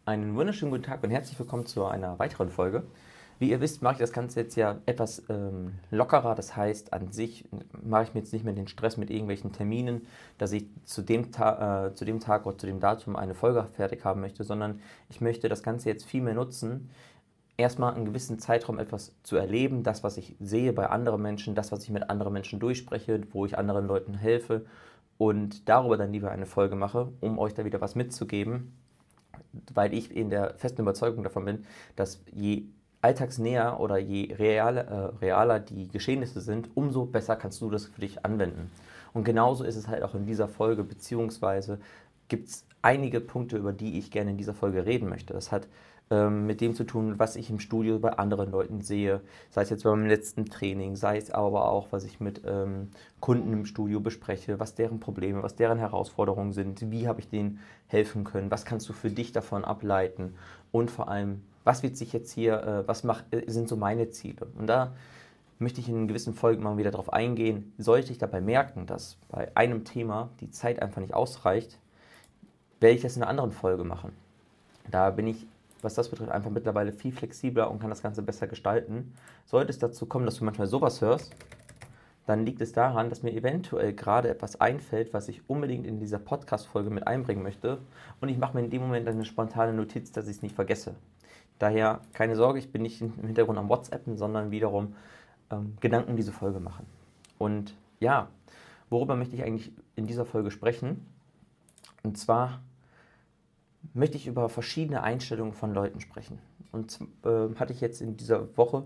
Einen wunderschönen guten Tag und herzlich willkommen zu einer weiteren Folge. Wie ihr wisst, mache ich das Ganze jetzt ja etwas lockerer. Das heißt, an sich mache ich mir jetzt nicht mehr den Stress mit irgendwelchen Terminen, dass ich zu dem Tag oder zu dem Datum eine Folge fertig haben möchte, sondern ich möchte das Ganze jetzt viel mehr nutzen, erstmal einen gewissen Zeitraum etwas zu erleben, das, was ich sehe bei anderen Menschen, das, was ich mit anderen Menschen durchspreche, wo ich anderen Leuten helfe und darüber dann lieber eine Folge mache, um euch da wieder was mitzugeben, weil ich in der festen Überzeugung davon bin, dass je alltagsnäher oder je realer die Geschehnisse sind, umso besser kannst du das für dich anwenden. Und genauso ist es halt auch in dieser Folge, beziehungsweise gibt es einige Punkte, über die ich gerne in dieser Folge reden möchte. Das hat mit dem zu tun, was ich im Studio bei anderen Leuten sehe, sei es jetzt beim letzten Training, sei es aber auch, was ich mit Kunden im Studio bespreche, was deren Probleme, was deren Herausforderungen sind, wie habe ich denen helfen können, was kannst du für dich davon ableiten und vor allem, was wird sich jetzt hier, sind so meine Ziele. Und da möchte ich in gewissen Folgen mal wieder darauf eingehen. Sollte ich dabei merken, dass bei einem Thema die Zeit einfach nicht ausreicht, werde ich das in einer anderen Folge machen. Da bin ich, was das betrifft, einfach mittlerweile viel flexibler und kann das Ganze besser gestalten. Sollte es dazu kommen, dass du manchmal sowas hörst, dann liegt es daran, dass mir eventuell gerade etwas einfällt, was ich unbedingt in dieser Podcast-Folge mit einbringen möchte. Und ich mache mir in dem Moment eine spontane Notiz, dass ich es nicht vergesse. Daher keine Sorge, ich bin nicht im Hintergrund am WhatsAppen, sondern wiederum Gedanken diese Folge machen. Und ja, worüber möchte ich eigentlich in dieser Folge sprechen? Und zwar möchte ich über verschiedene Einstellungen von Leuten sprechen. Und hatte ich jetzt in dieser Woche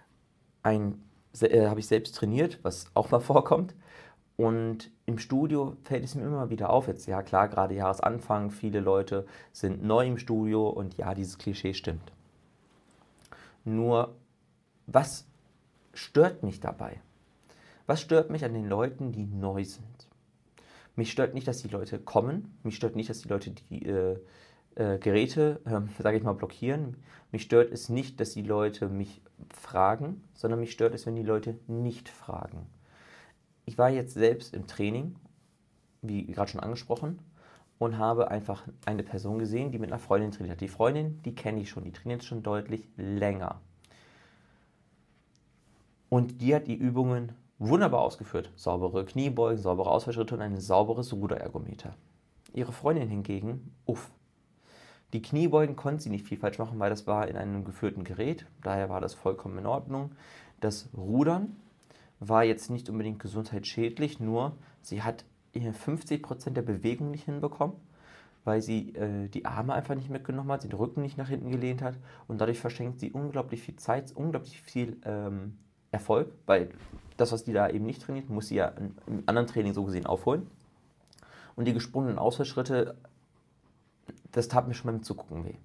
habe ich selbst trainiert, was auch mal vorkommt. Und im Studio fällt es mir immer wieder auf. Jetzt, ja klar, gerade Jahresanfang, viele Leute sind neu im Studio und ja, dieses Klischee stimmt. Nur, was stört mich dabei? Was stört mich an den Leuten, die neu sind? Mich stört nicht, dass die Leute kommen. Mich stört nicht, dass die Leute die Geräte, sage ich mal, blockieren. Mich stört es nicht, dass die Leute mich fragen, sondern mich stört es, wenn die Leute nicht fragen. Ich war jetzt selbst im Training, wie gerade schon angesprochen, und habe einfach eine Person gesehen, die mit einer Freundin trainiert hat. Die Freundin, die kenne ich schon, die trainiert schon deutlich länger. Und die hat die Übungen wunderbar ausgeführt. Saubere Kniebeugen, saubere Ausfallschritte und ein sauberes Ruderergometer. Ihre Freundin hingegen, die Kniebeugen konnte sie nicht viel falsch machen, weil das war in einem geführten Gerät. Daher war das vollkommen in Ordnung. Das Rudern war jetzt nicht unbedingt gesundheitsschädlich, nur sie hat 50% der Bewegung nicht hinbekommen, weil sie die Arme einfach nicht mitgenommen hat, den Rücken nicht nach hinten gelehnt hat und dadurch verschenkt sie unglaublich viel Zeit, unglaublich viel Erfolg, weil das, was die da eben nicht trainiert, muss sie ja im anderen Training so gesehen aufholen. Und die gesprungenen Ausfallschritte, das tat mir schon beim Zugucken weh.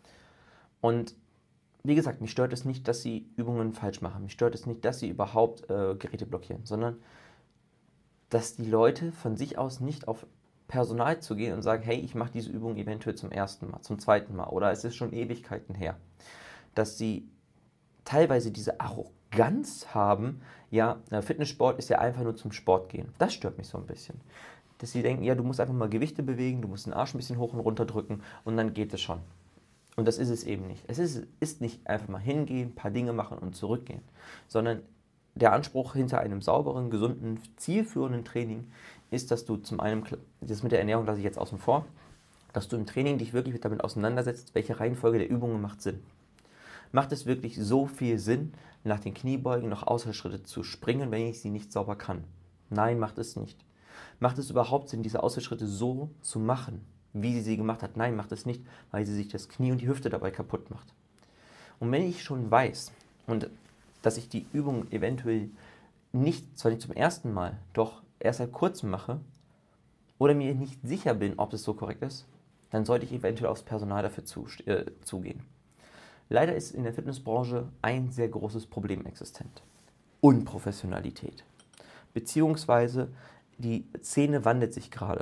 Und wie gesagt, mich stört es nicht, dass sie Übungen falsch machen. Mich stört es nicht, dass sie überhaupt Geräte blockieren, sondern dass die Leute von sich aus nicht auf Personal zu gehen und sagen, hey, ich mache diese Übung eventuell zum ersten Mal, zum zweiten Mal oder es ist schon Ewigkeiten her. Dass sie teilweise diese Arroganz haben, ja, Fitnesssport ist ja einfach nur zum Sport gehen. Das stört mich so ein bisschen. Dass sie denken, ja, du musst einfach mal Gewichte bewegen, du musst den Arsch ein bisschen hoch und runter drücken und dann geht es schon. Und das ist es eben nicht. Es ist nicht einfach mal hingehen, ein paar Dinge machen und zurückgehen, sondern der Anspruch hinter einem sauberen, gesunden, zielführenden Training ist, dass du zum einen, das mit der Ernährung lasse ich jetzt außen vor, dass du im Training dich wirklich damit auseinandersetzt, welche Reihenfolge der Übungen macht Sinn. Macht es wirklich so viel Sinn, nach den Kniebeugen noch Ausfallschritte zu springen, wenn ich sie nicht sauber kann? Nein, macht es nicht. Macht es überhaupt Sinn, diese Ausfallschritte so zu machen, wie sie gemacht hat? Nein, macht es nicht, weil sie sich das Knie und die Hüfte dabei kaputt macht. Und wenn ich schon weiß, und dass ich die Übung eventuell zwar nicht zum ersten Mal, doch erst seit kurzem mache, oder mir nicht sicher bin, ob es so korrekt ist, dann sollte ich eventuell aufs Personal dafür zugehen. Leider ist in der Fitnessbranche ein sehr großes Problem existent. Unprofessionalität. Beziehungsweise die Szene wandelt sich gerade.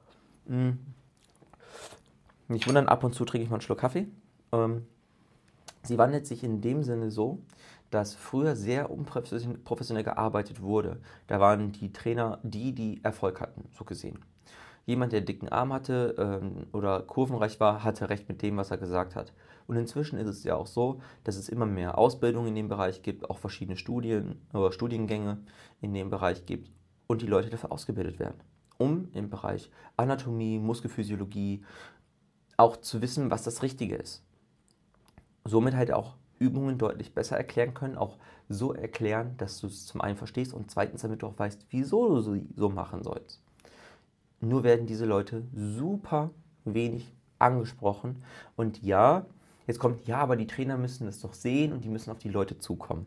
Nicht wundern, ab und zu trinke ich mal einen Schluck Kaffee. Sie wandelt sich in dem Sinne so, dass früher sehr unprofessionell gearbeitet wurde. Da waren die Trainer die Erfolg hatten, so gesehen. Jemand, der dicken Arm hatte oder kurvenreich war, hatte recht mit dem, was er gesagt hat. Und inzwischen ist es ja auch so, dass es immer mehr Ausbildung in dem Bereich gibt, auch verschiedene Studien oder Studiengänge in dem Bereich gibt und die Leute dafür ausgebildet werden, um im Bereich Anatomie, Muskelphysiologie auch zu wissen, was das Richtige ist. Somit halt auch Übungen deutlich besser erklären können, auch so erklären, dass du es zum einen verstehst und zweitens, damit du auch weißt, wieso du sie so machen sollst. Nur werden diese Leute super wenig angesprochen. Und ja, jetzt kommt, ja, aber die Trainer müssen das doch sehen und die müssen auf die Leute zukommen.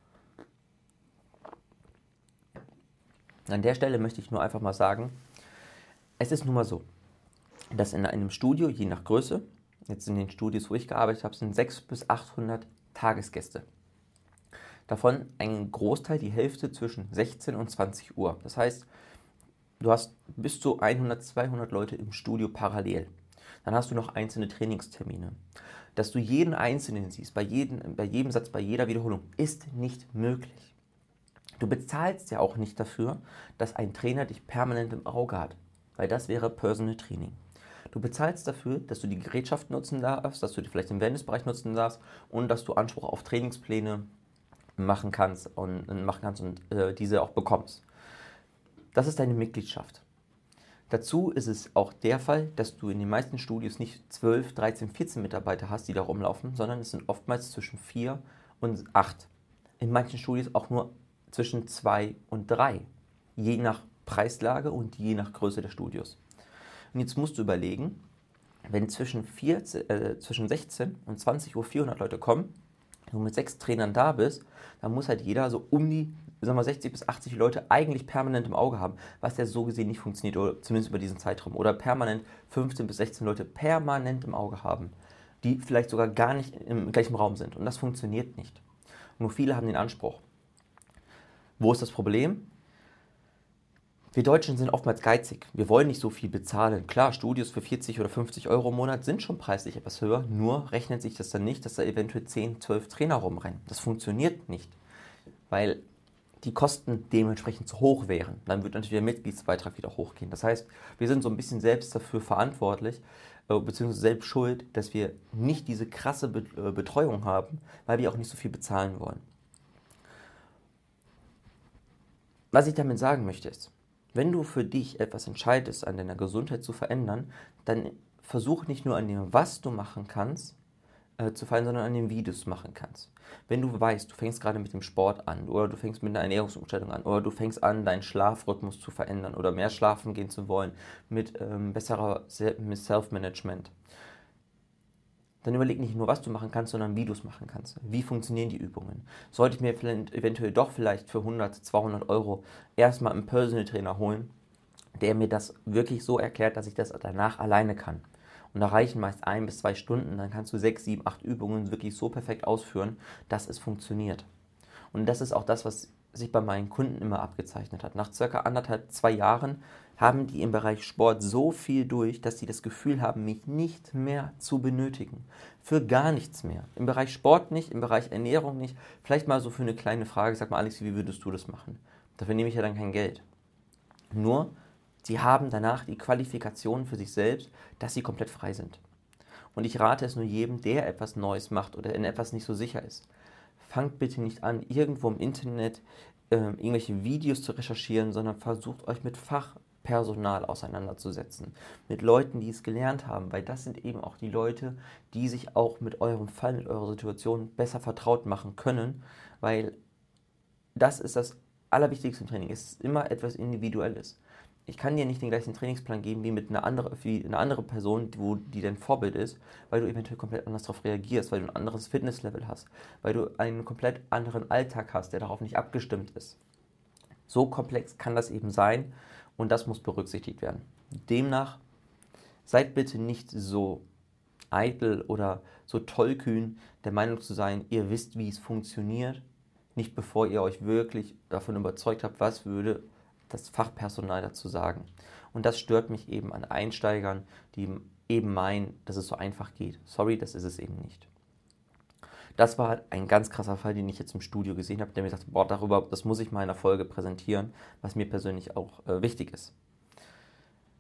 An der Stelle möchte ich nur einfach mal sagen, es ist nun mal so, dass in einem Studio, je nach Größe, jetzt in den Studios, wo ich gearbeitet habe, sind 600 bis 800 Tagesgäste. Davon ein Großteil, die Hälfte zwischen 16 und 20 Uhr. Das heißt, du hast bis zu 100, 200 Leute im Studio parallel. Dann hast du noch einzelne Trainingstermine. Dass du jeden Einzelnen siehst, bei jedem Satz, bei jeder Wiederholung, ist nicht möglich. Du bezahlst ja auch nicht dafür, dass ein Trainer dich permanent im Auge hat, weil das wäre Personal Training. Du bezahlst dafür, dass du die Gerätschaft nutzen darfst, dass du die vielleicht im Wellnessbereich nutzen darfst und dass du Anspruch auf Trainingspläne machen kannst und diese auch bekommst. Das ist deine Mitgliedschaft. Dazu ist es auch der Fall, dass du in den meisten Studios nicht 12, 13, 14 Mitarbeiter hast, die da rumlaufen, sondern es sind oftmals zwischen 4 und 8. In manchen Studios auch nur zwischen 2 und 3, je nach Preislage und je nach Größe der Studios. Und jetzt musst du überlegen, wenn zwischen 16 und 20 Uhr 400 Leute kommen, du mit 6 Trainern da bist, dann muss halt jeder so um die 60 bis 80 Leute eigentlich permanent im Auge haben, was ja so gesehen nicht funktioniert, oder zumindest über diesen Zeitraum. Oder permanent 15 bis 16 Leute permanent im Auge haben, die vielleicht sogar gar nicht im gleichen Raum sind. Und das funktioniert nicht. Nur viele haben den Anspruch. Wo ist das Problem? Wir Deutschen sind oftmals geizig. Wir wollen nicht so viel bezahlen. Klar, Studios für 40 oder 50 Euro im Monat sind schon preislich etwas höher, nur rechnet sich das dann nicht, dass da eventuell 10, 12 Trainer rumrennen. Das funktioniert nicht, weil die Kosten dementsprechend zu hoch wären. Dann wird natürlich der Mitgliedsbeitrag wieder hochgehen. Das heißt, wir sind so ein bisschen selbst dafür verantwortlich, beziehungsweise selbst schuld, dass wir nicht diese krasse Betreuung haben, weil wir auch nicht so viel bezahlen wollen. Was ich damit sagen möchte ist, wenn du für dich etwas entscheidest, an deiner Gesundheit zu verändern, dann versuch nicht nur an dem, was du machen kannst, zu fallen, sondern an dem, wie du es machen kannst. Wenn du weißt, du fängst gerade mit dem Sport an oder du fängst mit einer Ernährungsumstellung an oder du fängst an, deinen Schlafrhythmus zu verändern oder mehr schlafen gehen zu wollen mit besserer Self-Management, dann überleg nicht nur, was du machen kannst, sondern wie du es machen kannst. Wie funktionieren die Übungen? Sollte ich mir eventuell doch vielleicht für 100, 200 Euro erstmal einen Personal Trainer holen, der mir das wirklich so erklärt, dass ich das danach alleine kann. Und da reichen meist 1 bis 2 Stunden, dann kannst du 6, 7, 8 Übungen wirklich so perfekt ausführen, dass es funktioniert. Und das ist auch das, was sich bei meinen Kunden immer abgezeichnet hat. Nach ca. 1,5, 2 Jahren haben die im Bereich Sport so viel durch, dass sie das Gefühl haben, mich nicht mehr zu benötigen. Für gar nichts mehr. Im Bereich Sport nicht, im Bereich Ernährung nicht. Vielleicht mal so für eine kleine Frage, sag mal Alex, wie würdest du das machen? Dafür nehme ich ja dann kein Geld. Nur, sie haben danach die Qualifikation für sich selbst, dass sie komplett frei sind. Und ich rate es nur jedem, der etwas Neues macht oder in etwas nicht so sicher ist. Fangt bitte nicht an, irgendwo im Internet irgendwelche Videos zu recherchieren, sondern versucht euch mit Fachpersonal auseinanderzusetzen. Mit Leuten, die es gelernt haben, weil das sind eben auch die Leute, die sich auch mit eurem Fall, mit eurer Situation besser vertraut machen können, weil das ist das Allerwichtigste im Training. Es ist immer etwas Individuelles. Ich kann dir nicht den gleichen Trainingsplan geben wie eine andere Person, die dein Vorbild ist, weil du eventuell komplett anders darauf reagierst, weil du ein anderes Fitnesslevel hast, weil du einen komplett anderen Alltag hast, der darauf nicht abgestimmt ist. So komplex kann das eben sein und das muss berücksichtigt werden. Demnach seid bitte nicht so eitel oder so tollkühn, der Meinung zu sein, ihr wisst, wie es funktioniert, nicht bevor ihr euch wirklich davon überzeugt habt, was würde das Fachpersonal dazu sagen. Und das stört mich eben an Einsteigern, die eben meinen, dass es so einfach geht. Sorry, das ist es eben nicht. Das war ein ganz krasser Fall, den ich jetzt im Studio gesehen habe, der mir sagte, boah, das muss ich mal in einer Folge präsentieren, was mir persönlich auch wichtig ist.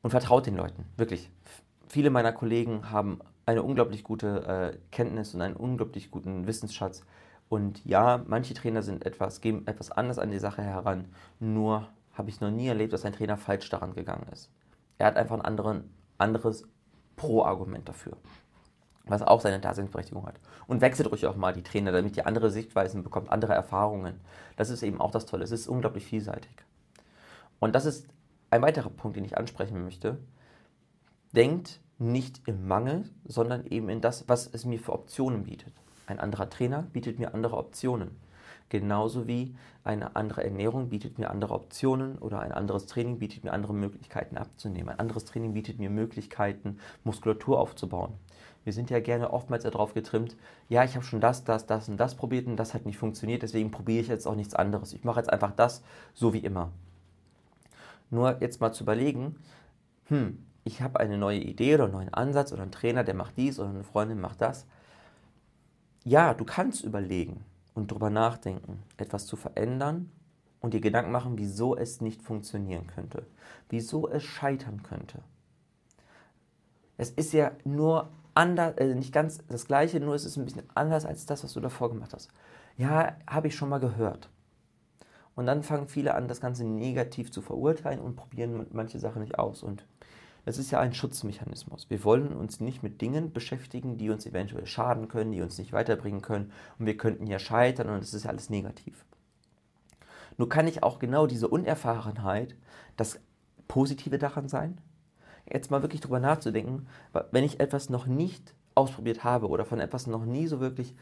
Und vertraut den Leuten, wirklich. Viele meiner Kollegen haben eine unglaublich gute Kenntnis und einen unglaublich guten Wissensschatz. Und ja, manche Trainer gehen etwas anders an die Sache heran. Nur habe ich noch nie erlebt, dass ein Trainer falsch daran gegangen ist. Er hat einfach ein anderes Pro-Argument dafür, was auch seine Daseinsberechtigung hat. Und wechselt ruhig auch mal die Trainer, damit ihr andere Sichtweisen bekommt, andere Erfahrungen. Das ist eben auch das Tolle. Es ist unglaublich vielseitig. Und das ist ein weiterer Punkt, den ich ansprechen möchte. Denkt nicht im Mangel, sondern eben in das, was es mir für Optionen bietet. Ein anderer Trainer bietet mir andere Optionen. Genauso wie eine andere Ernährung bietet mir andere Optionen oder ein anderes Training bietet mir andere Möglichkeiten abzunehmen. Ein anderes Training bietet mir Möglichkeiten, Muskulatur aufzubauen. Wir sind ja gerne oftmals darauf getrimmt, ja, ich habe schon das und das probiert und das hat nicht funktioniert, deswegen probiere ich jetzt auch nichts anderes. Ich mache jetzt einfach das, so wie immer. Nur jetzt mal zu überlegen, ich habe eine neue Idee oder einen neuen Ansatz oder einen Trainer, der macht dies oder eine Freundin macht das. Ja, du kannst überlegen und darüber nachdenken, etwas zu verändern und dir Gedanken machen, wieso es nicht funktionieren könnte, wieso es scheitern könnte. Es ist ja nur anders, nicht ganz das Gleiche, nur es ist ein bisschen anders als das, was du davor gemacht hast. Ja, habe ich schon mal gehört. Und dann fangen viele an, das Ganze negativ zu verurteilen und probieren manche Sachen nicht aus. Und es ist ja ein Schutzmechanismus. Wir wollen uns nicht mit Dingen beschäftigen, die uns eventuell schaden können, die uns nicht weiterbringen können. Und wir könnten ja scheitern und es ist ja alles negativ. Nur kann ich auch genau diese Unerfahrenheit das Positive daran sein? Jetzt mal wirklich drüber nachzudenken, wenn ich etwas noch nicht ausprobiert habe oder von etwas noch nie so wirklich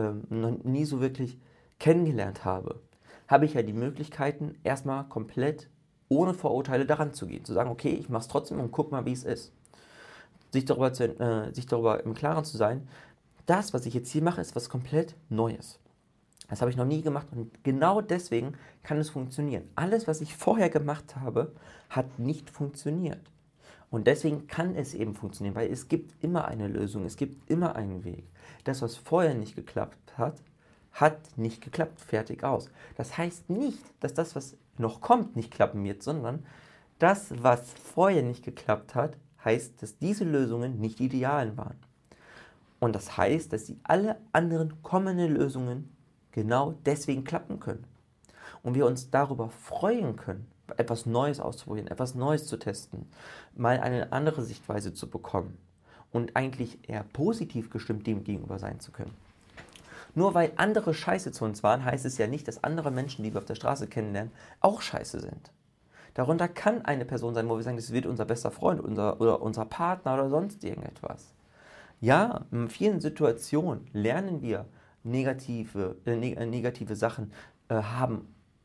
kennengelernt habe ich ja die Möglichkeiten, erstmal komplett ohne Vorurteile daran zu gehen. Zu sagen, okay, ich mache es trotzdem und guck mal, wie es ist. Sich darüber im Klaren zu sein, das, was ich jetzt hier mache, ist was komplett Neues. Das habe ich noch nie gemacht und genau deswegen kann es funktionieren. Alles, was ich vorher gemacht habe, hat nicht funktioniert. Und deswegen kann es eben funktionieren, weil es gibt immer eine Lösung, es gibt immer einen Weg. Das, was vorher nicht geklappt hat, hat nicht geklappt, fertig aus. Das heißt nicht, dass das, was noch kommt, nicht klappen wird, sondern das, was vorher nicht geklappt hat, heißt, dass diese Lösungen nicht die idealen waren. Und das heißt, dass die alle anderen kommenden Lösungen genau deswegen klappen können. Und wir uns darüber freuen können, etwas Neues auszuprobieren, etwas Neues zu testen, mal eine andere Sichtweise zu bekommen und eigentlich eher positiv gestimmt dem gegenüber sein zu können. Nur weil andere scheiße zu uns waren, heißt es ja nicht, dass andere Menschen, die wir auf der Straße kennenlernen, auch scheiße sind. Darunter kann eine Person sein, wo wir sagen, das wird unser bester Freund oder unser Partner oder sonst irgendetwas. Ja, in vielen Situationen lernen wir negative Sachen haben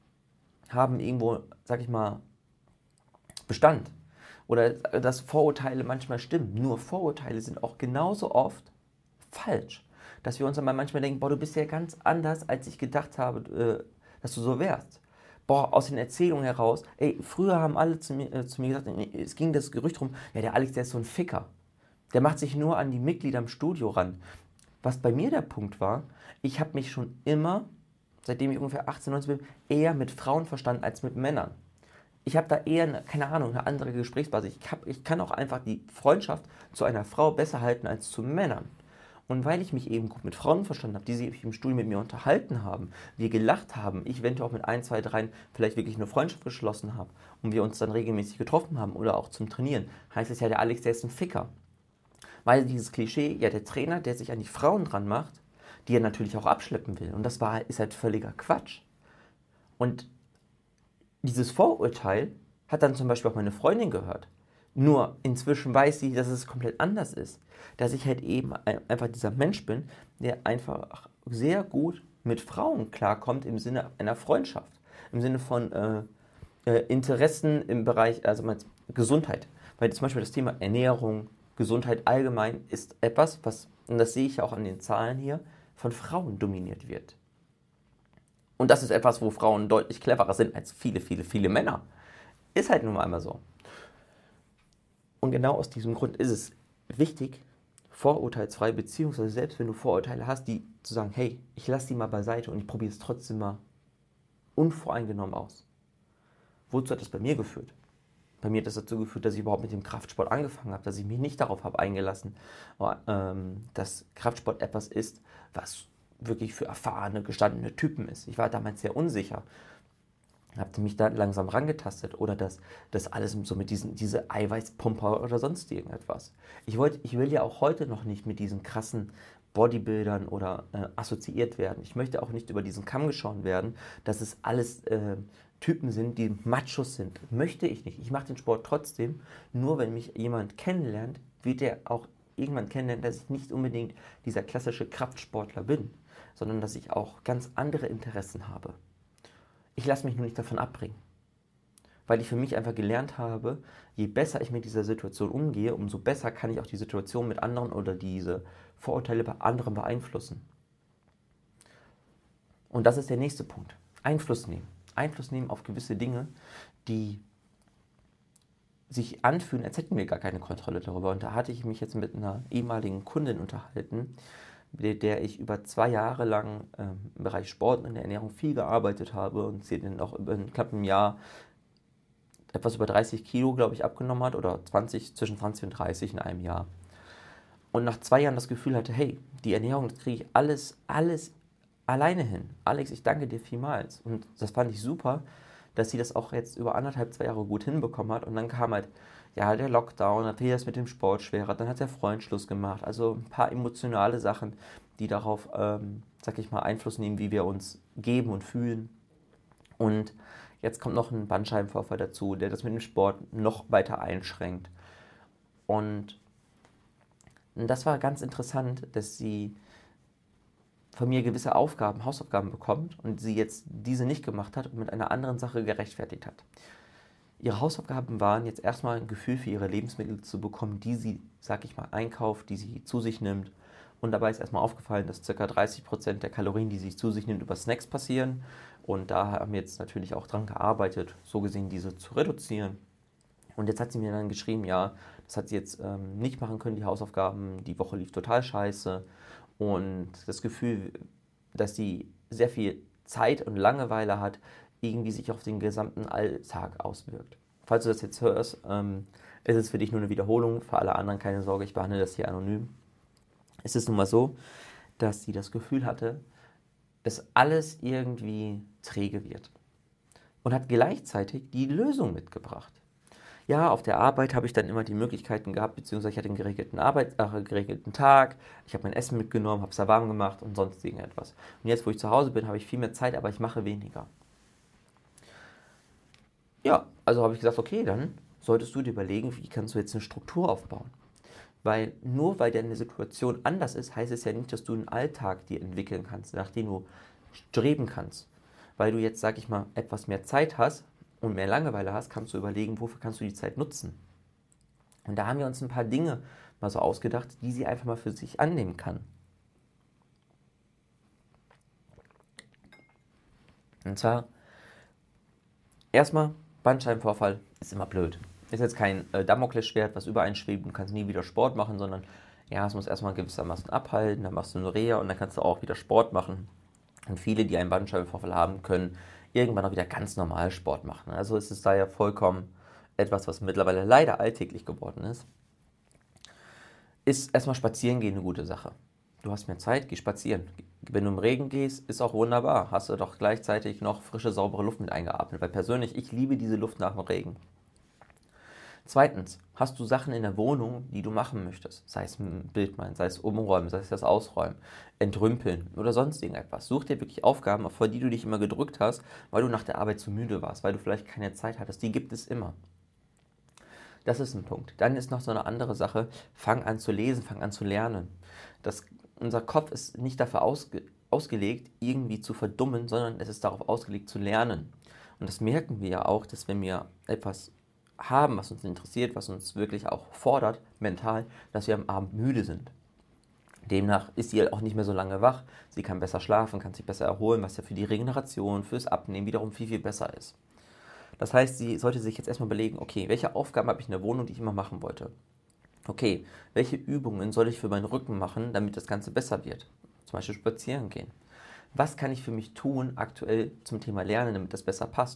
irgendwo, sag ich mal, Bestand. Oder dass Vorurteile manchmal stimmen. Nur Vorurteile sind auch genauso oft falsch. Dass wir uns dann manchmal denken, boah, du bist ja ganz anders, als ich gedacht habe, dass du so wärst. Boah, aus den Erzählungen heraus, ey, früher haben alle zu mir gesagt, es ging das Gerücht rum, ja, der Alex, der ist so ein Ficker. Der macht sich nur an die Mitglieder im Studio ran. Was bei mir der Punkt war, ich habe mich schon immer, seitdem ich ungefähr 18, 19 bin, eher mit Frauen verstanden als mit Männern. Ich habe da eher, keine Ahnung, eine andere Gesprächsbasis. Ich kann auch einfach die Freundschaft zu einer Frau besser halten als zu Männern. Und weil ich mich eben gut mit Frauen verstanden habe, die sich im Studio mit mir unterhalten haben, wir gelacht haben, ich eventuell auch mit ein, zwei, dreien vielleicht wirklich eine Freundschaft geschlossen habe und wir uns dann regelmäßig getroffen haben oder auch zum Trainieren, heißt es ja, der Alex, der ist ein Ficker. Weil dieses Klischee, ja, der Trainer, der sich an die Frauen dran macht, die er natürlich auch abschleppen will. Und ist halt völliger Quatsch. Und dieses Vorurteil hat dann zum Beispiel auch meine Freundin gehört. Nur inzwischen weiß sie, dass es komplett anders ist. Dass ich halt eben einfach dieser Mensch bin, der einfach sehr gut mit Frauen klarkommt im Sinne einer Freundschaft. Im Sinne von Interessen im Bereich, also Gesundheit. Weil zum Beispiel das Thema Ernährung, Gesundheit allgemein ist etwas, was, und das sehe ich ja auch an den Zahlen hier, von Frauen dominiert wird. Und das ist etwas, wo Frauen deutlich cleverer sind als viele Männer. Ist halt nun mal einmal so. Und genau aus diesem Grund ist es wichtig, vorurteilsfrei, beziehungsweise selbst wenn du Vorurteile hast, die zu sagen, hey, ich lasse die mal beiseite und ich probiere es trotzdem mal unvoreingenommen aus. Wozu hat das bei mir geführt? Bei mir hat das dazu geführt, dass ich überhaupt mit dem Kraftsport angefangen habe, dass ich mich nicht darauf habe eingelassen, dass Kraftsport etwas ist, was wirklich für erfahrene, gestandene Typen ist. Ich war damals sehr unsicher, habe mich da langsam rangetastet oder das alles so mit diese Eiweißpumper oder sonst irgendetwas. Ich will ja auch heute noch nicht mit diesen krassen Bodybuildern oder assoziiert werden. Ich möchte auch nicht über diesen Kamm geschoren werden, dass es alles Typen sind, die Machos sind. Möchte ich nicht. Ich mache den Sport trotzdem. Nur wenn mich jemand kennenlernt, wird er auch irgendwann kennenlernen, dass ich nicht unbedingt dieser klassische Kraftsportler bin, sondern dass ich auch ganz andere Interessen habe. Ich lasse mich nur nicht davon abbringen, weil ich für mich einfach gelernt habe, je besser ich mit dieser Situation umgehe, umso besser kann ich auch die Situation mit anderen oder diese Vorurteile bei anderen beeinflussen. Und das ist der nächste Punkt. Einfluss nehmen. Einfluss nehmen auf gewisse Dinge, die sich anfühlen, als hätten wir gar keine Kontrolle darüber. Und da hatte ich mich jetzt mit einer ehemaligen Kundin unterhalten, mit der ich über 2 Jahre lang im Bereich Sport und in der Ernährung viel gearbeitet habe und sie dann auch über ein knappes Jahr etwas über 30 Kilo, glaube ich, abgenommen hat oder zwischen 20 und 30 in einem Jahr. Und nach 2 Jahren das Gefühl hatte, hey, die Ernährung, das kriege ich alles alleine hin. Alex, ich danke dir vielmals. Und das fand ich super, dass sie das auch jetzt über 1,5, 2 Jahre gut hinbekommen hat. Und dann kam halt, ja, der Lockdown, dann fiel das mit dem Sport schwerer, dann hat der Freund Schluss gemacht. Also ein paar emotionale Sachen, die darauf, sag ich mal, Einfluss nehmen, wie wir uns geben und fühlen. Und jetzt kommt noch ein Bandscheibenvorfall dazu, der das mit dem Sport noch weiter einschränkt. Und das war ganz interessant, dass sie von mir gewisse Hausaufgaben bekommt und sie jetzt diese nicht gemacht hat und mit einer anderen Sache gerechtfertigt hat. Ihre Hausaufgaben waren jetzt erstmal ein Gefühl für ihre Lebensmittel zu bekommen, die sie, sag ich mal, einkauft, die sie zu sich nimmt. Und dabei ist erstmal aufgefallen, dass ca. 30% der Kalorien, die sie zu sich nimmt, über Snacks passieren. Und da haben wir jetzt natürlich auch dran gearbeitet, so gesehen diese zu reduzieren. Und jetzt hat sie mir dann geschrieben, ja, das hat sie jetzt nicht machen können, die Hausaufgaben. Die Woche lief total scheiße. Und das Gefühl, dass sie sehr viel Zeit und Langeweile hat, irgendwie sich auf den gesamten Alltag auswirkt. Falls du das jetzt hörst, ist es für dich nur eine Wiederholung. Für alle anderen keine Sorge, ich behandle das hier anonym. Es ist nun mal so, dass sie das Gefühl hatte, dass alles irgendwie träge wird. Und hat gleichzeitig die Lösung mitgebracht. Ja, auf der Arbeit habe ich dann immer die Möglichkeiten gehabt, beziehungsweise ich hatte einen geregelten Tag, ich habe mein Essen mitgenommen, habe es da warm gemacht und sonst irgendetwas. Und jetzt, wo ich zu Hause bin, habe ich viel mehr Zeit, aber ich mache weniger. Ja, also habe ich gesagt, okay, dann solltest du dir überlegen, wie kannst du jetzt eine Struktur aufbauen. Weil nur weil deine Situation anders ist, heißt es ja nicht, dass du einen Alltag dir entwickeln kannst, nach dem du streben kannst. Weil du jetzt, sag ich mal, etwas mehr Zeit hast und mehr Langeweile hast, kannst du überlegen, wofür kannst du die Zeit nutzen. Und da haben wir uns ein paar Dinge mal so ausgedacht, die sie einfach mal für sich annehmen kann. Und zwar, erstmal, Bandscheibenvorfall ist immer blöd. Ist jetzt kein Damoklesschwert, was über einen schwebt, du kannst nie wieder Sport machen, sondern ja, es muss erstmal gewissermaßen abhalten, dann machst du eine Reha und dann kannst du auch wieder Sport machen. Und viele, die einen Bandscheibenvorfall haben, können irgendwann auch wieder ganz normal Sport machen. Also ist es da ja vollkommen etwas, was mittlerweile leider alltäglich geworden ist. Ist erstmal spazieren gehen eine gute Sache. Du hast mehr Zeit, geh spazieren. Wenn du im Regen gehst, ist auch wunderbar. Hast du doch gleichzeitig noch frische, saubere Luft mit eingeatmet. Weil persönlich, ich liebe diese Luft nach dem Regen. Zweitens, hast du Sachen in der Wohnung, die du machen möchtest? Sei es ein Bild malen, sei es umräumen, sei es das Ausräumen, entrümpeln oder sonst irgendetwas. Such dir wirklich Aufgaben, vor die du dich immer gedrückt hast, weil du nach der Arbeit zu müde warst, weil du vielleicht keine Zeit hattest. Die gibt es immer. Das ist ein Punkt. Dann ist noch so eine andere Sache. Fang an zu lesen, fang an zu lernen. Unser Kopf ist nicht dafür ausgelegt, irgendwie zu verdummen, sondern es ist darauf ausgelegt, zu lernen. Und das merken wir ja auch, dass wenn wir etwas haben, was uns interessiert, was uns wirklich auch fordert, mental, dass wir am Abend müde sind. Demnach ist sie auch nicht mehr so lange wach. Sie kann besser schlafen, kann sich besser erholen, was ja für die Regeneration, fürs Abnehmen wiederum viel, viel besser ist. Das heißt, sie sollte sich jetzt erstmal überlegen, okay, welche Aufgaben habe ich in der Wohnung, die ich immer machen wollte? Okay, welche Übungen soll ich für meinen Rücken machen, damit das Ganze besser wird? Zum Beispiel spazieren gehen. Was kann ich für mich tun aktuell zum Thema Lernen, damit das besser passt?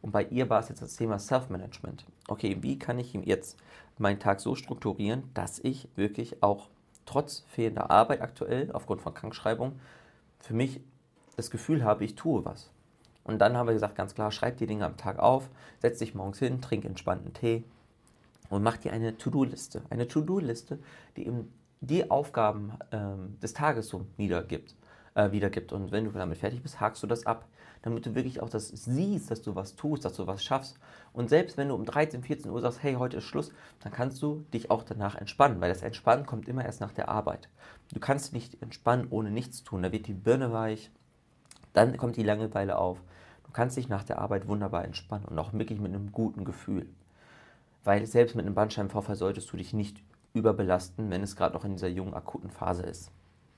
Und bei ihr war es jetzt das Thema Self-Management. Okay, wie kann ich ihm jetzt meinen Tag so strukturieren, dass ich wirklich auch trotz fehlender Arbeit aktuell, aufgrund von Krankschreibung, für mich das Gefühl habe, ich tue was. Und dann haben wir gesagt, ganz klar, schreib die Dinge am Tag auf, setz dich morgens hin, trink entspannten Tee und mach dir eine To-Do-Liste. Eine To-Do-Liste, die eben die Aufgaben des Tages so wiedergibt. Und wenn du damit fertig bist, hakst du das ab, damit du wirklich auch das siehst, dass du was tust, dass du was schaffst. Und selbst wenn du um 13, 14 Uhr sagst, hey, heute ist Schluss, dann kannst du dich auch danach entspannen, weil das Entspannen kommt immer erst nach der Arbeit. Du kannst nicht entspannen ohne nichts tun, da wird die Birne weich, dann kommt die Langeweile auf. Du kannst dich nach der Arbeit wunderbar entspannen und auch wirklich mit einem guten Gefühl. Weil selbst mit einem Bandscheibenvorfall solltest du dich nicht überbelasten, wenn es gerade noch in dieser jungen, akuten Phase ist.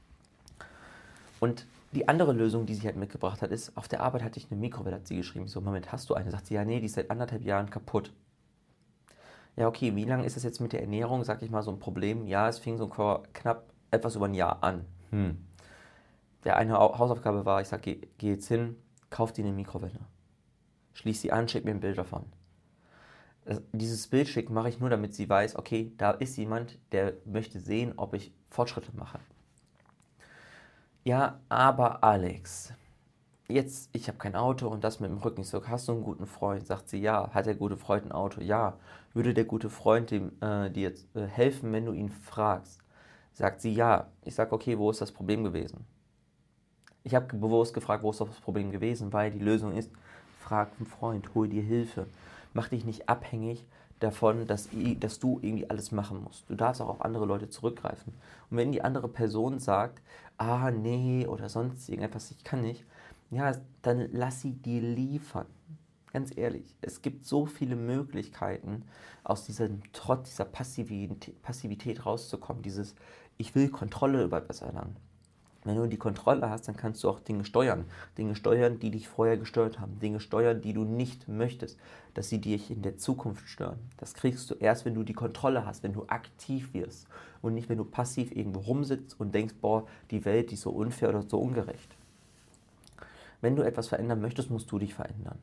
Und die andere Lösung, die sie halt mitgebracht hat, ist, auf der Arbeit hatte ich eine Mikrowelle, hat sie geschrieben. Ich so, Moment, hast du eine? Sagt sie, ja, nee, die ist seit 1,5 Jahren kaputt. Ja, okay, wie lange ist das jetzt mit der Ernährung, sag ich mal, so ein Problem? Ja, es fing so knapp etwas über ein Jahr an. Der eine Hausaufgabe war, ich sag, geh jetzt hin, kauf dir eine Mikrowelle. Schließ sie an, schick mir ein Bild davon. Dieses Bild schicken mache ich nur, damit sie weiß, okay, da ist jemand, der möchte sehen, ob ich Fortschritte mache. Ja, aber Alex, jetzt, ich habe kein Auto und das mit dem Rücken. Ich so, hast du einen guten Freund? Sagt sie, ja. Hat der gute Freund ein Auto? Ja. Würde der gute Freund dir jetzt helfen, wenn du ihn fragst? Sagt sie, ja. Ich sage, okay, wo ist das Problem gewesen? Ich habe bewusst gefragt, wo ist das Problem gewesen, weil die Lösung ist, frag einen Freund, hol dir Hilfe. Mach dich nicht abhängig davon, dass du irgendwie alles machen musst. Du darfst auch auf andere Leute zurückgreifen. Und wenn die andere Person sagt, ah, nee, oder sonst irgendetwas, ich kann nicht, ja, dann lass sie dir liefern. Ganz ehrlich, es gibt so viele Möglichkeiten, aus diesem Trott, dieser Passivität rauszukommen. Dieses, ich will Kontrolle über etwas erlangen. Wenn du die Kontrolle hast, dann kannst du auch Dinge steuern. Dinge steuern, die dich vorher gestört haben. Dinge steuern, die du nicht möchtest, dass sie dich in der Zukunft stören. Das kriegst du erst, wenn du die Kontrolle hast, wenn du aktiv wirst und nicht, wenn du passiv irgendwo rumsitzt und denkst, boah, die Welt, die ist so unfair oder so ungerecht. Wenn du etwas verändern möchtest, musst du dich verändern.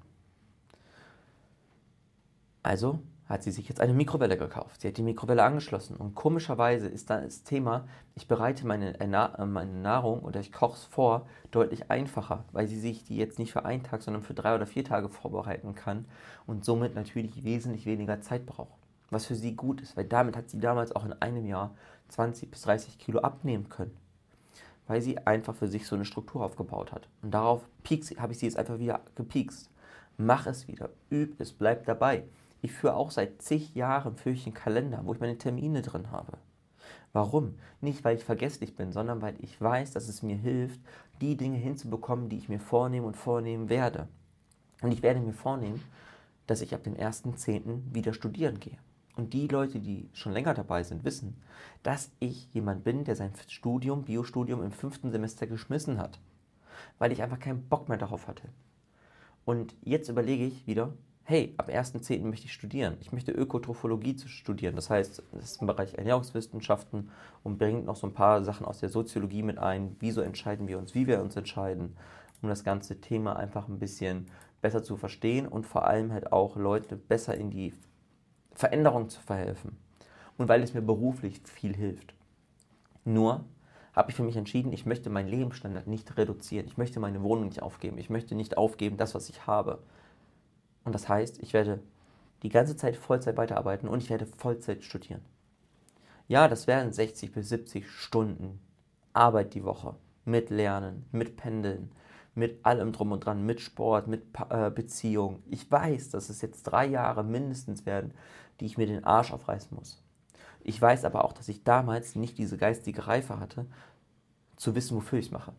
Also hat sie sich jetzt eine Mikrowelle gekauft. Sie hat die Mikrowelle angeschlossen. Und komischerweise ist dann das Thema, ich bereite meine Nahrung oder ich koche es vor, deutlich einfacher, weil sie sich die jetzt nicht für einen Tag, sondern für 3 oder 4 Tage vorbereiten kann und somit natürlich wesentlich weniger Zeit braucht. Was für sie gut ist, weil damit hat sie damals auch in einem Jahr 20 bis 30 Kilo abnehmen können. Weil sie einfach für sich so eine Struktur aufgebaut hat. Und darauf habe ich sie jetzt einfach wieder gepiekst. Mach es wieder, üb es, bleib dabei. Ich führe auch seit zig Jahren einen Kalender, wo ich meine Termine drin habe. Warum? Nicht, weil ich vergesslich bin, sondern weil ich weiß, dass es mir hilft, die Dinge hinzubekommen, die ich mir vornehme und vornehmen werde. Und ich werde mir vornehmen, dass ich ab dem 1.10. wieder studieren gehe. Und die Leute, die schon länger dabei sind, wissen, dass ich jemand bin, der sein Biostudium im 5. Semester geschmissen hat. Weil ich einfach keinen Bock mehr darauf hatte. Und jetzt überlege ich wieder, hey, ab 1.10. möchte ich studieren. Ich möchte Ökotrophologie studieren. Das heißt, das ist im Bereich Ernährungswissenschaften und bringt noch so ein paar Sachen aus der Soziologie mit ein. Wieso entscheiden wir uns, wie wir uns entscheiden, um das ganze Thema einfach ein bisschen besser zu verstehen und vor allem halt auch Leute besser in die Veränderung zu verhelfen. Und weil es mir beruflich viel hilft. Nur habe ich für mich entschieden, ich möchte meinen Lebensstandard nicht reduzieren. Ich möchte meine Wohnung nicht aufgeben. Ich möchte nicht aufgeben, das, was ich habe. Und das heißt, ich werde die ganze Zeit Vollzeit weiterarbeiten und ich werde Vollzeit studieren. Ja, das wären 60 bis 70 Stunden Arbeit die Woche. Mit Lernen, mit Pendeln, mit allem drum und dran, mit Sport, mit Beziehung. Ich weiß, dass es jetzt 3 Jahre mindestens werden, die ich mir den Arsch aufreißen muss. Ich weiß aber auch, dass ich damals nicht diese geistige Reife hatte, zu wissen, wofür ich es mache.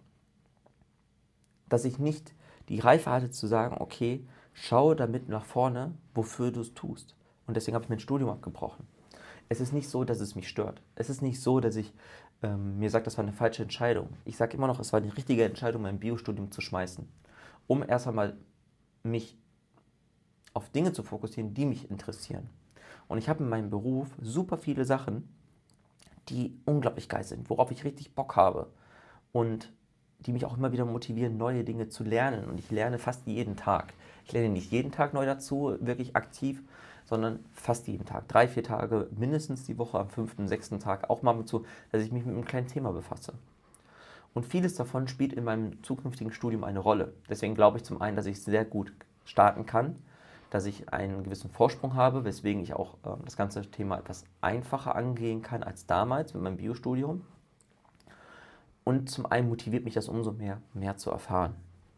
Dass ich nicht die Reife hatte zu sagen, okay, schau damit nach vorne, wofür du es tust. Und deswegen habe ich mein Studium abgebrochen. Es ist nicht so, dass es mich stört. Es ist nicht so, dass ich mir sage, das war eine falsche Entscheidung. Ich sage immer noch, es war die richtige Entscheidung, mein Biostudium zu schmeißen. Um erst einmal mich auf Dinge zu fokussieren, die mich interessieren. Und ich habe in meinem Beruf super viele Sachen, die unglaublich geil sind, worauf ich richtig Bock habe. Und die mich auch immer wieder motivieren, neue Dinge zu lernen. Und ich lerne fast jeden Tag. Ich lerne nicht jeden Tag neu dazu, wirklich aktiv, sondern fast jeden Tag. 3, 4 Tage mindestens die Woche, am 5., 6. Tag auch mal dazu, dass ich mich mit einem kleinen Thema befasse. Und vieles davon spielt in meinem zukünftigen Studium eine Rolle. Deswegen glaube ich zum einen, dass ich sehr gut starten kann, dass ich einen gewissen Vorsprung habe, weswegen ich auch das ganze Thema etwas einfacher angehen kann als damals mit meinem Biostudium. Und zum einen motiviert mich das umso mehr zu erfahren.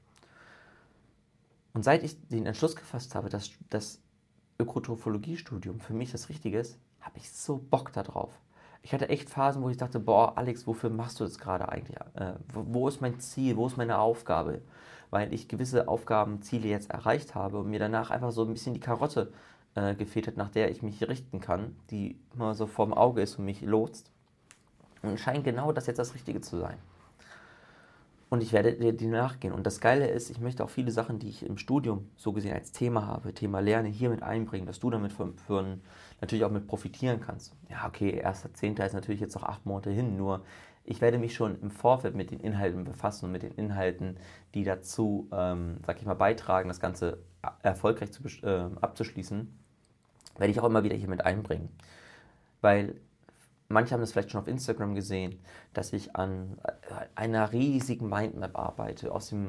Und seit ich den Entschluss gefasst habe, dass das Ökotrophologie-Studium für mich das Richtige ist, habe ich so Bock darauf. Ich hatte echt Phasen, wo ich dachte, boah, Alex, wofür machst du das gerade eigentlich? Wo ist mein Ziel? Wo ist meine Aufgabe? Weil ich gewisse Aufgabenziele jetzt erreicht habe und mir danach einfach so ein bisschen die Karotte gefehlt hat, nach der ich mich richten kann, die immer so vorm Auge ist und mich lotst. Und scheint genau das jetzt das Richtige zu sein. Und ich werde dir nachgehen. Und das Geile ist, ich möchte auch viele Sachen, die ich im Studium so gesehen als Thema habe, Thema Lernen, hier mit einbringen, dass du damit natürlich auch mit profitieren kannst. Ja, okay, 1.10. ist natürlich jetzt noch 8 Monate hin, nur ich werde mich schon im Vorfeld mit den Inhalten befassen und mit den Inhalten, die dazu, sag ich mal, beitragen, das Ganze erfolgreich abzuschließen, werde ich auch immer wieder hier mit einbringen. Weil manche haben das vielleicht schon auf Instagram gesehen, dass ich an einer riesigen Mindmap arbeite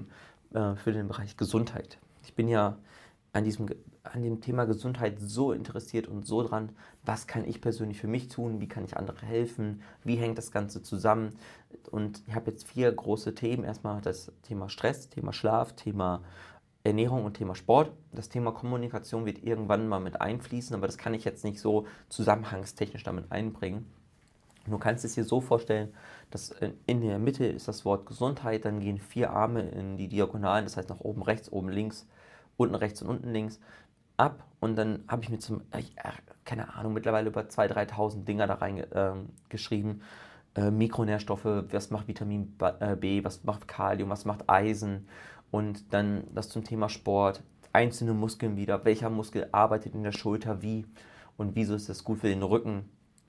für den Bereich Gesundheit. Ich bin ja an dem Thema Gesundheit so interessiert und so dran, was kann ich persönlich für mich tun, wie kann ich andere helfen, wie hängt das Ganze zusammen. Und ich habe jetzt 4 große Themen. Erstmal das Thema Stress, Thema Schlaf, Thema Ernährung und Thema Sport. Das Thema Kommunikation wird irgendwann mal mit einfließen, aber das kann ich jetzt nicht so zusammenhangstechnisch damit einbringen. Du kannst es dir so vorstellen, dass in der Mitte ist das Wort Gesundheit, dann gehen 4 Arme in die Diagonalen, das heißt nach oben rechts, oben links, unten rechts und unten links ab. Und dann habe ich mir keine Ahnung, mittlerweile über 2.000, 3.000 Dinger da reingeschrieben. Mikronährstoffe, was macht Vitamin B, was macht Kalium, was macht Eisen. Und dann das zum Thema Sport, einzelne Muskeln wieder, welcher Muskel arbeitet in der Schulter wie und wieso ist das gut für den Rücken.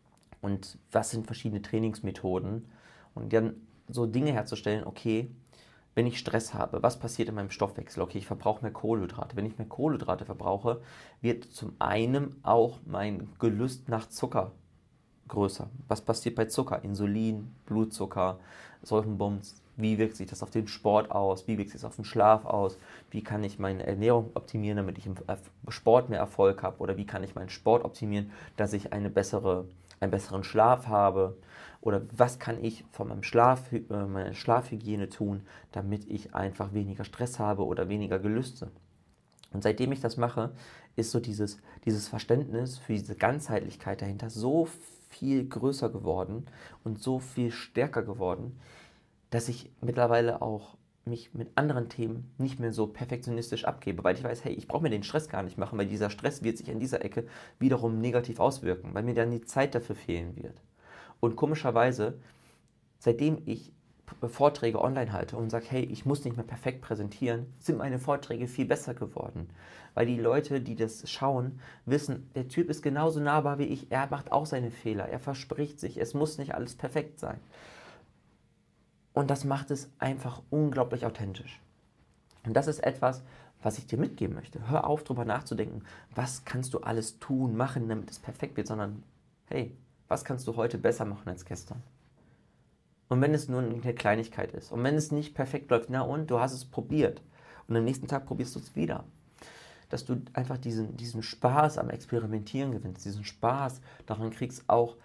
Und was sind verschiedene Trainingsmethoden? Und dann so Dinge herzustellen, okay, wenn ich Stress habe, was passiert in meinem Stoffwechsel? Okay, ich verbrauche mehr Kohlenhydrate. Wenn ich mehr Kohlenhydrate verbrauche, wird zum einen auch mein Gelüst nach Zucker größer. Was passiert bei Zucker? Insulin, Blutzucker, Säurenbums. Wie wirkt sich das auf den Sport aus? Wie wirkt sich das auf den Schlaf aus? Wie kann ich meine Ernährung optimieren, damit ich im Sport mehr Erfolg habe? Oder wie kann ich meinen Sport optimieren, dass ich einen besseren Schlaf habe? Oder was kann ich von meiner Schlafhygiene tun, damit ich einfach weniger Stress habe oder weniger Gelüste? Und seitdem ich das mache, ist so dieses Verständnis für diese Ganzheitlichkeit dahinter so viel größer geworden und so viel stärker geworden, dass ich mittlerweile auch mich mit anderen Themen nicht mehr so perfektionistisch abgebe, weil ich weiß, hey, ich brauche mir den Stress gar nicht machen, weil dieser Stress wird sich in dieser Ecke wiederum negativ auswirken, weil mir dann die Zeit dafür fehlen wird. Und komischerweise, seitdem ich Vorträge online halte und sage, hey, ich muss nicht mehr perfekt präsentieren, sind meine Vorträge viel besser geworden. Weil die Leute, die das schauen, wissen, der Typ ist genauso nahbar wie ich, er macht auch seine Fehler, er verspricht sich, es muss nicht alles perfekt sein. Und das macht es einfach unglaublich authentisch. Und das ist etwas, was ich dir mitgeben möchte. Hör auf, darüber nachzudenken, was kannst du alles tun, machen, damit es perfekt wird, sondern hey, was kannst du heute besser machen als gestern? Und wenn es nur eine Kleinigkeit ist und wenn es nicht perfekt läuft, na und, du hast es probiert und am nächsten Tag probierst du es wieder. Dass du einfach diesen Spaß am Experimentieren gewinnst, diesen Spaß daran kriegst, auch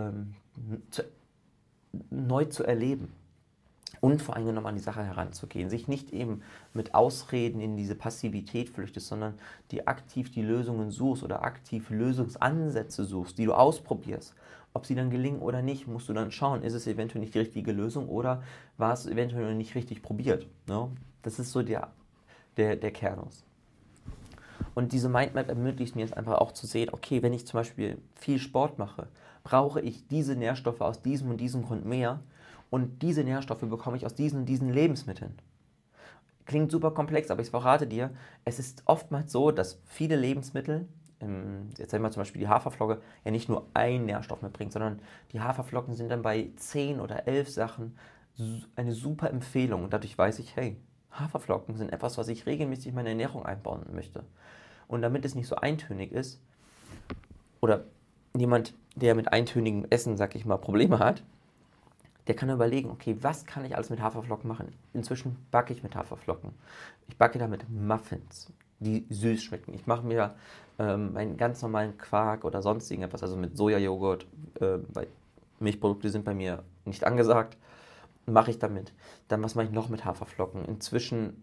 neu zu erleben. Und vor allem nochmal an die Sache heranzugehen, sich nicht eben mit Ausreden in diese Passivität flüchtest, sondern die aktiv die Lösungen suchst oder aktiv Lösungsansätze suchst, die du ausprobierst. Ob sie dann gelingen oder nicht, musst du dann schauen, ist es eventuell nicht die richtige Lösung oder war es eventuell nicht richtig probiert. Ne? Das ist so der Kernus. Und diese Mindmap ermöglicht mir jetzt einfach auch zu sehen, okay, wenn ich zum Beispiel viel Sport mache, brauche ich diese Nährstoffe aus diesem und diesem Grund mehr und diese Nährstoffe bekomme ich aus diesen und diesen Lebensmitteln. Klingt super komplex, aber ich verrate dir, es ist oftmals so, dass viele Lebensmittel, jetzt sagen wir zum Beispiel die Haferflocke, ja nicht nur einen Nährstoff mitbringt, sondern die Haferflocken sind dann bei 10 oder 11 Sachen eine super Empfehlung. Und dadurch weiß ich, hey, Haferflocken sind etwas, was ich regelmäßig in meine Ernährung einbauen möchte. Und damit es nicht so eintönig ist, oder jemand, der mit eintönigem Essen, sag ich mal, Probleme hat, der kann überlegen, okay, was kann ich alles mit Haferflocken machen? Inzwischen backe ich mit Haferflocken. Ich backe damit Muffins, die süß schmecken. Ich mache mir meinen ganz normalen Quark oder sonst irgendetwas, also mit Sojajoghurt, weil Milchprodukte sind bei mir nicht angesagt, mache ich damit. Dann, was mache ich noch mit Haferflocken? Inzwischen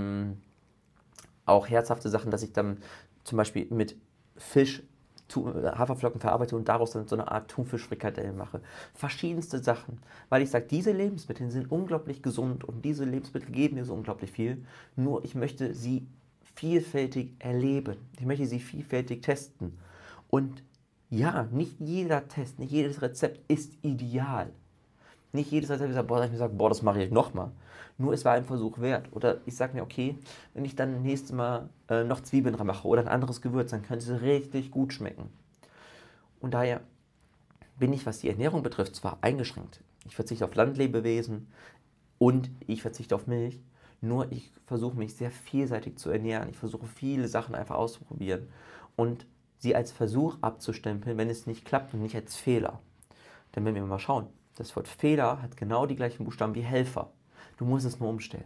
auch herzhafte Sachen, dass ich dann zum Beispiel mit Fisch Haferflocken verarbeite und daraus dann so eine Art Thunfischfrikadelle mache. Verschiedenste Sachen, weil ich sage, diese Lebensmittel sind unglaublich gesund und diese Lebensmittel geben mir so unglaublich viel, nur ich möchte sie vielfältig erleben. Ich möchte sie vielfältig testen. Und ja, nicht jeder Test, nicht jedes Rezept ist ideal. Nicht jedes Rezept sagt, boah, ich mir sage, boah, das mache ich nochmal. Nur es war ein Versuch wert. Oder ich sage mir, okay, wenn ich dann nächstes Mal noch Zwiebeln dran mache oder ein anderes Gewürz, dann könnte es richtig gut schmecken. Und daher bin ich, was die Ernährung betrifft, zwar eingeschränkt. Ich verzichte auf Landlebewesen und ich verzichte auf Milch. Nur ich versuche mich sehr vielseitig zu ernähren. Ich versuche viele Sachen einfach auszuprobieren und sie als Versuch abzustempeln, wenn es nicht klappt und nicht als Fehler. Denn wenn wir mal schauen, das Wort Fehler hat genau die gleichen Buchstaben wie Helfer. Du musst es nur umstellen.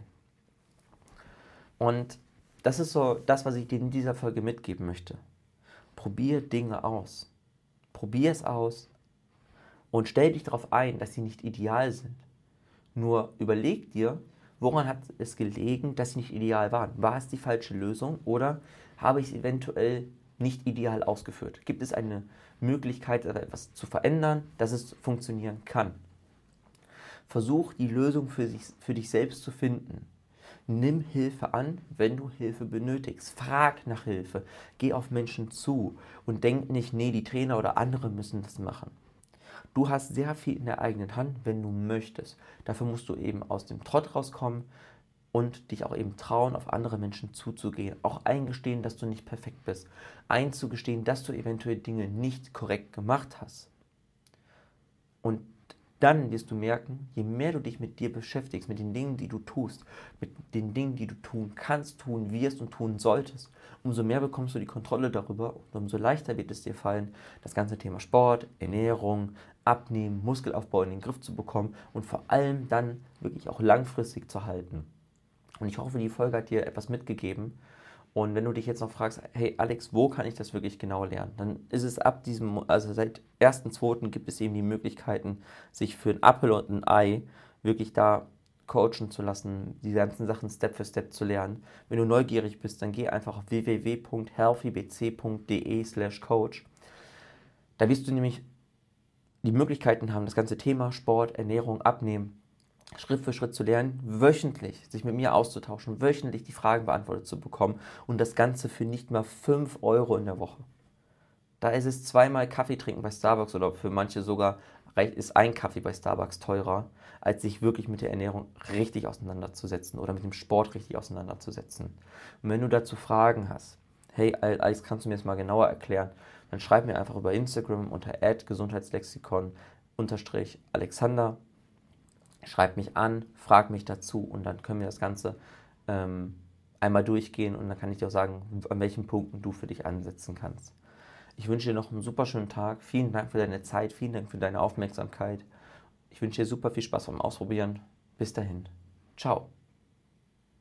Und das ist so das, was ich dir in dieser Folge mitgeben möchte. Probier Dinge aus. Probier es aus und stell dich darauf ein, dass sie nicht ideal sind. Nur überleg dir, woran hat es gelegen, dass sie nicht ideal waren? War es die falsche Lösung oder habe ich es eventuell nicht ideal ausgeführt? Gibt es eine Möglichkeit, etwas zu verändern, dass es funktionieren kann? Versuch die Lösung für dich selbst zu finden. Nimm Hilfe an, wenn du Hilfe benötigst. Frag nach Hilfe. Geh auf Menschen zu und denk nicht, nee, die Trainer oder andere müssen das machen. Du hast sehr viel in der eigenen Hand, wenn du möchtest. Dafür musst du eben aus dem Trott rauskommen und dich auch eben trauen, auf andere Menschen zuzugehen. Auch eingestehen, dass du nicht perfekt bist. Einzugestehen, dass du eventuell Dinge nicht korrekt gemacht hast. Und dann wirst du merken, je mehr du dich mit dir beschäftigst, mit den Dingen, die du tust, mit den Dingen, die du tun kannst, tun wirst und tun solltest, umso mehr bekommst du die Kontrolle darüber und umso leichter wird es dir fallen, das ganze Thema Sport, Ernährung, Abnehmen, Muskelaufbau in den Griff zu bekommen und vor allem dann wirklich auch langfristig zu halten. Und ich hoffe, die Folge hat dir etwas mitgegeben. Und wenn du dich jetzt noch fragst, hey Alex, wo kann ich das wirklich genau lernen? Dann ist es also seit 1.2. gibt es eben die Möglichkeiten, sich für einen Apfel und ein Ei wirklich da coachen zu lassen, die ganzen Sachen Step für Step zu lernen. Wenn du neugierig bist, dann geh einfach auf www.healthybc.de/coach. Da wirst du nämlich die Möglichkeiten haben, das ganze Thema Sport, Ernährung, Abnehmen Schritt für Schritt zu lernen, wöchentlich sich mit mir auszutauschen, wöchentlich die Fragen beantwortet zu bekommen und das Ganze für nicht mal 5 Euro in der Woche. Da ist es zweimal Kaffee trinken bei Starbucks oder für manche sogar ist ein Kaffee bei Starbucks teurer, als sich wirklich mit der Ernährung richtig auseinanderzusetzen oder mit dem Sport richtig auseinanderzusetzen. Und wenn du dazu Fragen hast, hey Alex, kannst du mir das mal genauer erklären, dann schreib mir einfach über Instagram unter @gesundheitslexikon_Alexander. Schreib mich an, frag mich dazu und dann können wir das Ganze einmal durchgehen und dann kann ich dir auch sagen, an welchen Punkten du für dich ansetzen kannst. Ich wünsche dir noch einen super schönen Tag. Vielen Dank für deine Zeit, vielen Dank für deine Aufmerksamkeit. Ich wünsche dir super viel Spaß beim Ausprobieren. Bis dahin. Ciao.